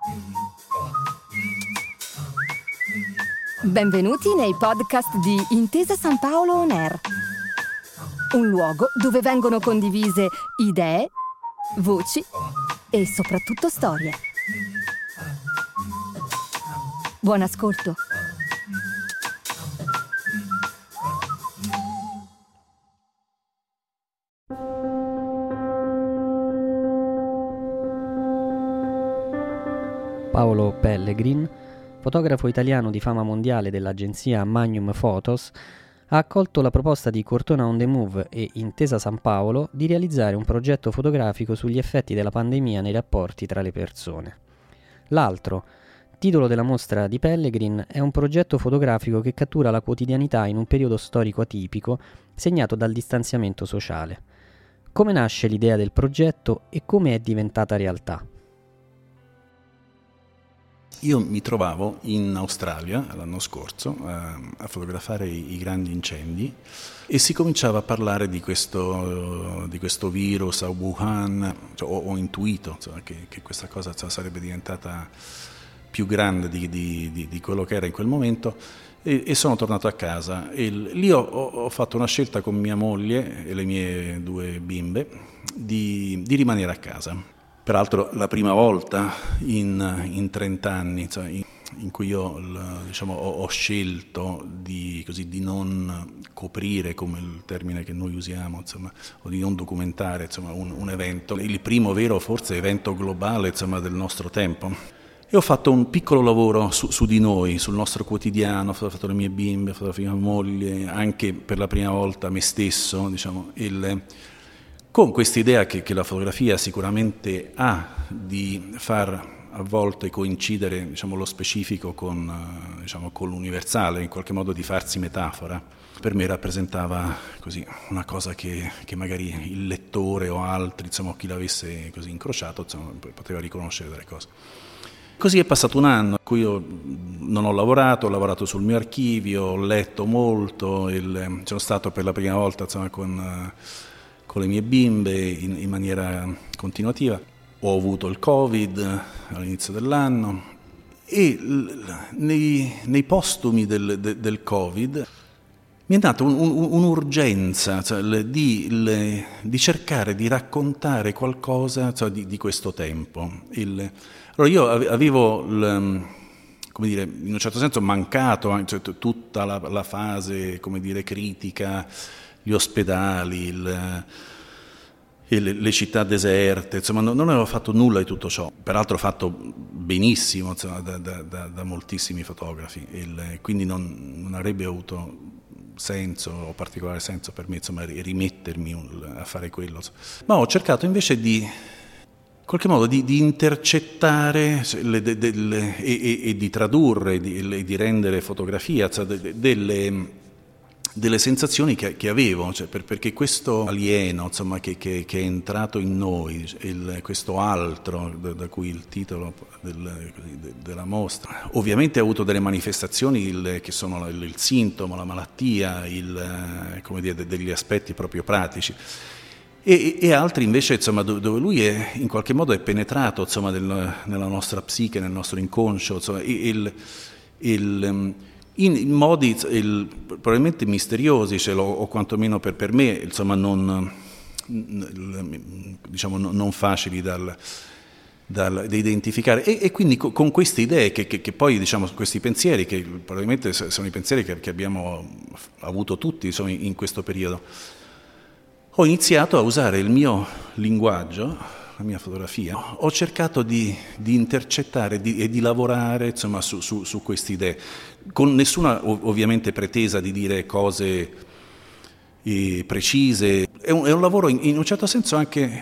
Benvenuti nei podcast di Intesa San Paolo On Air, un luogo dove vengono condivise idee, voci e soprattutto storie. Buon ascolto. Paolo Pellegrin, fotografo italiano di fama mondiale dell'agenzia Magnum Photos, ha accolto la proposta di Cortona on the Move e Intesa San Paolo di realizzare un progetto fotografico sugli effetti della pandemia nei rapporti tra le persone. L'altro, titolo della mostra di Pellegrin, è un progetto fotografico che cattura la quotidianità in un periodo storico atipico segnato dal distanziamento sociale. Come nasce l'idea del progetto e come è diventata realtà? Io mi trovavo in Australia l'anno scorso a fotografare i grandi incendi e si cominciava a parlare di questo virus a Wuhan. Ho intuito che questa cosa sarebbe diventata più grande di quello che era in quel momento e sono tornato a casa e lì ho fatto una scelta con mia moglie e le mie 2 bimbe di rimanere a casa. Peraltro la prima volta in 30 anni in cui io ho scelto di non coprire, come il termine che noi usiamo, o di non documentare un evento, il primo vero forse evento globale del nostro tempo. E ho fatto un piccolo lavoro su di noi, sul nostro quotidiano, ho fotografato le mie bimbe, ho fotografato mia moglie, anche per la prima volta me stesso, con questa idea che la fotografia sicuramente ha di far a volte coincidere lo specifico con l'universale, in qualche modo di farsi metafora. Per me rappresentava così una cosa che magari il lettore o altri, chi l'avesse così incrociato, poteva riconoscere delle cose. Così è passato un anno in cui io non ho lavorato sul mio archivio, ho letto molto, sono stato per la prima volta con le mie bimbe in maniera continuativa. Ho avuto il Covid all'inizio dell'anno e nei postumi del Covid mi è nata un'urgenza di cercare di raccontare qualcosa di questo tempo. Allora io avevo, in un certo senso mancato tutta la fase, critica, gli ospedali, le città deserte, non avevo fatto nulla di tutto ciò, peraltro fatto benissimo da moltissimi fotografi, quindi non avrebbe avuto senso o particolare senso per me rimettermi a fare quello. Ma ho cercato invece di in qualche modo di intercettare e di tradurre e di rendere fotografia delle sensazioni che avevo, perché questo alieno che è entrato in noi, questo altro da cui il titolo della mostra, ovviamente ha avuto delle manifestazioni che sono il sintomo, la malattia, degli aspetti proprio pratici. E altri invece dove lui è in qualche modo è penetrato nella nostra psiche, nel nostro inconscio, in modi probabilmente misteriosi, o quantomeno per me non facili da identificare, e quindi con queste idee che poi questi pensieri che probabilmente sono i pensieri che abbiamo avuto tutti in questo periodo. Ho iniziato a usare il mio linguaggio, la mia fotografia. Ho cercato di intercettare e di lavorare su queste idee, con nessuna ovviamente pretesa di dire cose precise. È un lavoro in un certo senso anche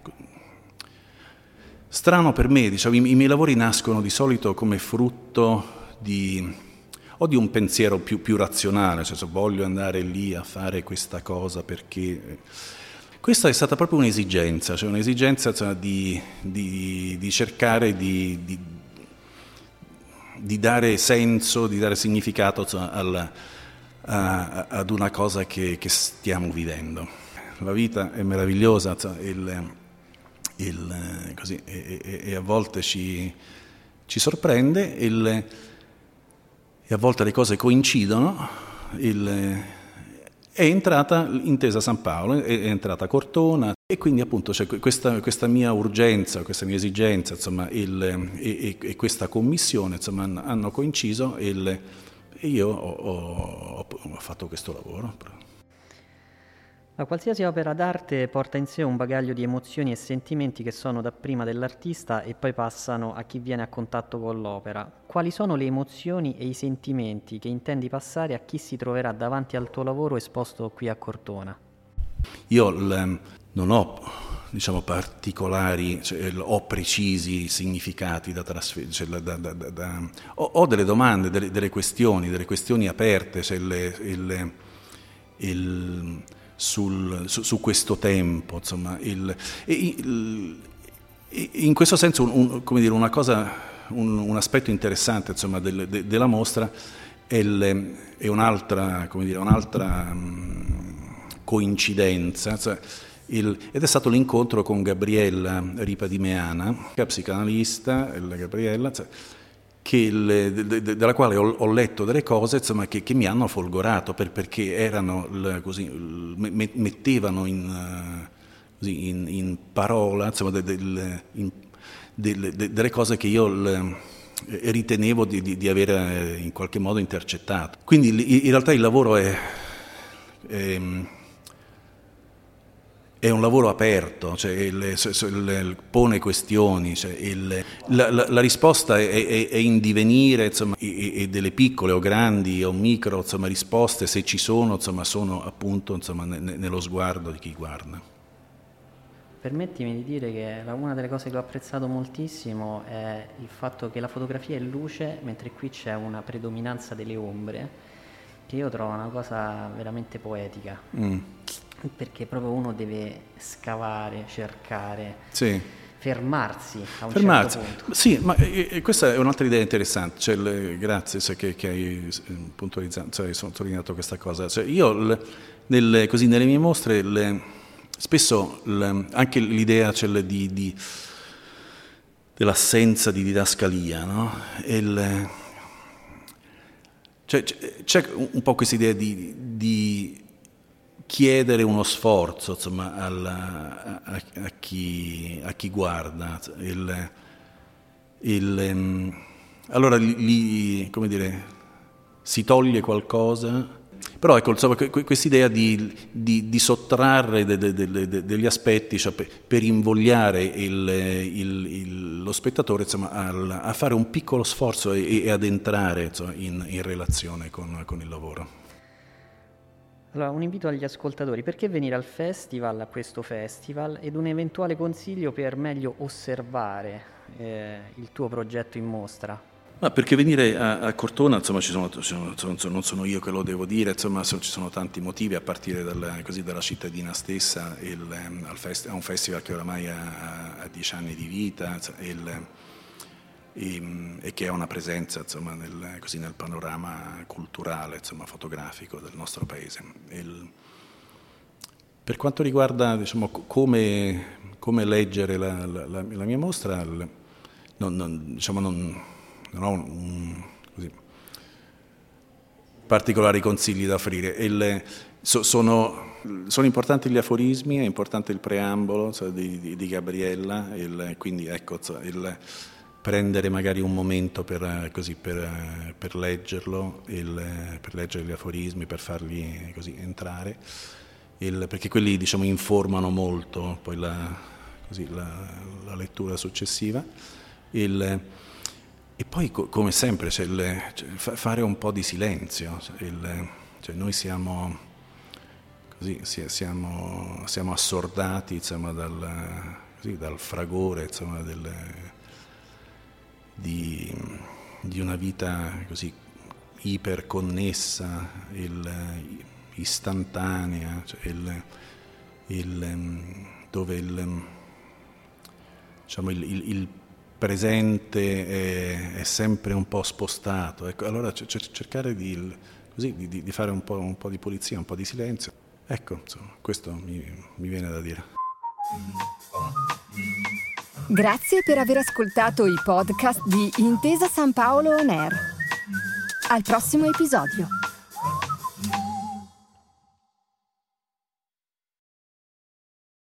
strano per me. I miei lavori nascono di solito come frutto di un pensiero più razionale, voglio andare lì a fare questa cosa perché... Questa è stata proprio un'esigenza, di cercare di dare senso, di dare significato ad una cosa che stiamo vivendo. La vita è meravigliosa e a volte ci ci sorprende e a volte le cose coincidono. È entrata Intesa San Paolo, è entrata Cortona e quindi appunto c'è questa mia urgenza, questa mia esigenza, insomma, e questa commissione, insomma, hanno coinciso e io ho fatto questo lavoro. Ma qualsiasi opera d'arte porta in sé un bagaglio di emozioni e sentimenti che sono dapprima dell'artista e poi passano a chi viene a contatto con l'opera. Quali sono le emozioni e i sentimenti che intendi passare a chi si troverà davanti al tuo lavoro esposto qui a Cortona? Io non ho, diciamo, particolari, ho precisi significati da trasferire, ho delle domande, delle questioni aperte, su questo tempo, insomma, in questo senso una cosa, un aspetto interessante, insomma, della mostra è un'altra coincidenza, cioè, ed è stato l'incontro con Gabriella Ripa di Meana, psicanalista, Gabriella, cioè, della quale ho letto delle cose, insomma, che mi hanno folgorato perché erano così, mettevano in parola, insomma, delle cose che io ritenevo di aver in qualche modo intercettato. Quindi in realtà il lavoro è un lavoro aperto, cioè pone questioni, cioè la risposta è in divenire, insomma, e delle piccole o grandi o micro, insomma, risposte, se ci sono, insomma, sono appunto, insomma, nello sguardo di chi guarda. Permettimi di dire che una delle cose che ho apprezzato moltissimo è il fatto che la fotografia è luce, mentre qui c'è una predominanza delle ombre, che io trovo una cosa veramente poetica. Perché proprio uno deve scavare, cercare, sì, fermarsi a un certo punto. Sì, ma questa è un'altra idea interessante, cioè, grazie che hai puntualizzato, cioè, sottolineato questa cosa. Cioè, io nelle mie mostre spesso anche l'idea, cioè, dell'assenza di didascalia, no? C'è un po' questa idea di chiedere uno sforzo, insomma, a chi guarda. Allora come dire, si toglie qualcosa, però ecco, insomma, questa idea di sottrarre degli aspetti, cioè, per invogliare lo spettatore, insomma, a fare un piccolo sforzo e ad entrare, insomma, in relazione con il lavoro. Allora, un invito agli ascoltatori: perché venire a questo festival, ed un eventuale consiglio per meglio osservare il tuo progetto in mostra? Ma perché venire a Cortona, insomma, non sono io che lo devo dire, insomma, ci sono tanti motivi, a partire dalla cittadina stessa, è un festival che oramai ha 10 anni di vita, e che ha una presenza, insomma, nel panorama culturale, insomma, fotografico del nostro paese. Per quanto riguarda, diciamo, come leggere la mia mostra, non ho particolari consigli da offrire. Sono importanti gli aforismi, è importante il preambolo, cioè, di Gabriella, quindi ecco, prendere magari un momento per leggerlo, per leggere gli aforismi, per farli così entrare, perché quelli, diciamo, informano molto poi la lettura successiva. E poi, come sempre, fare un po' di silenzio. Cioè, noi siamo assordati, insomma, dal fragore, insomma, di una vita così iperconnessa, istantanea, cioè dove il presente è sempre un po' spostato. Ecco, allora cercare di fare un po' di pulizia, un po' di silenzio. Ecco, insomma, questo mi viene da dire. Grazie per aver ascoltato i podcast di Intesa San Paolo On Air. Al prossimo episodio.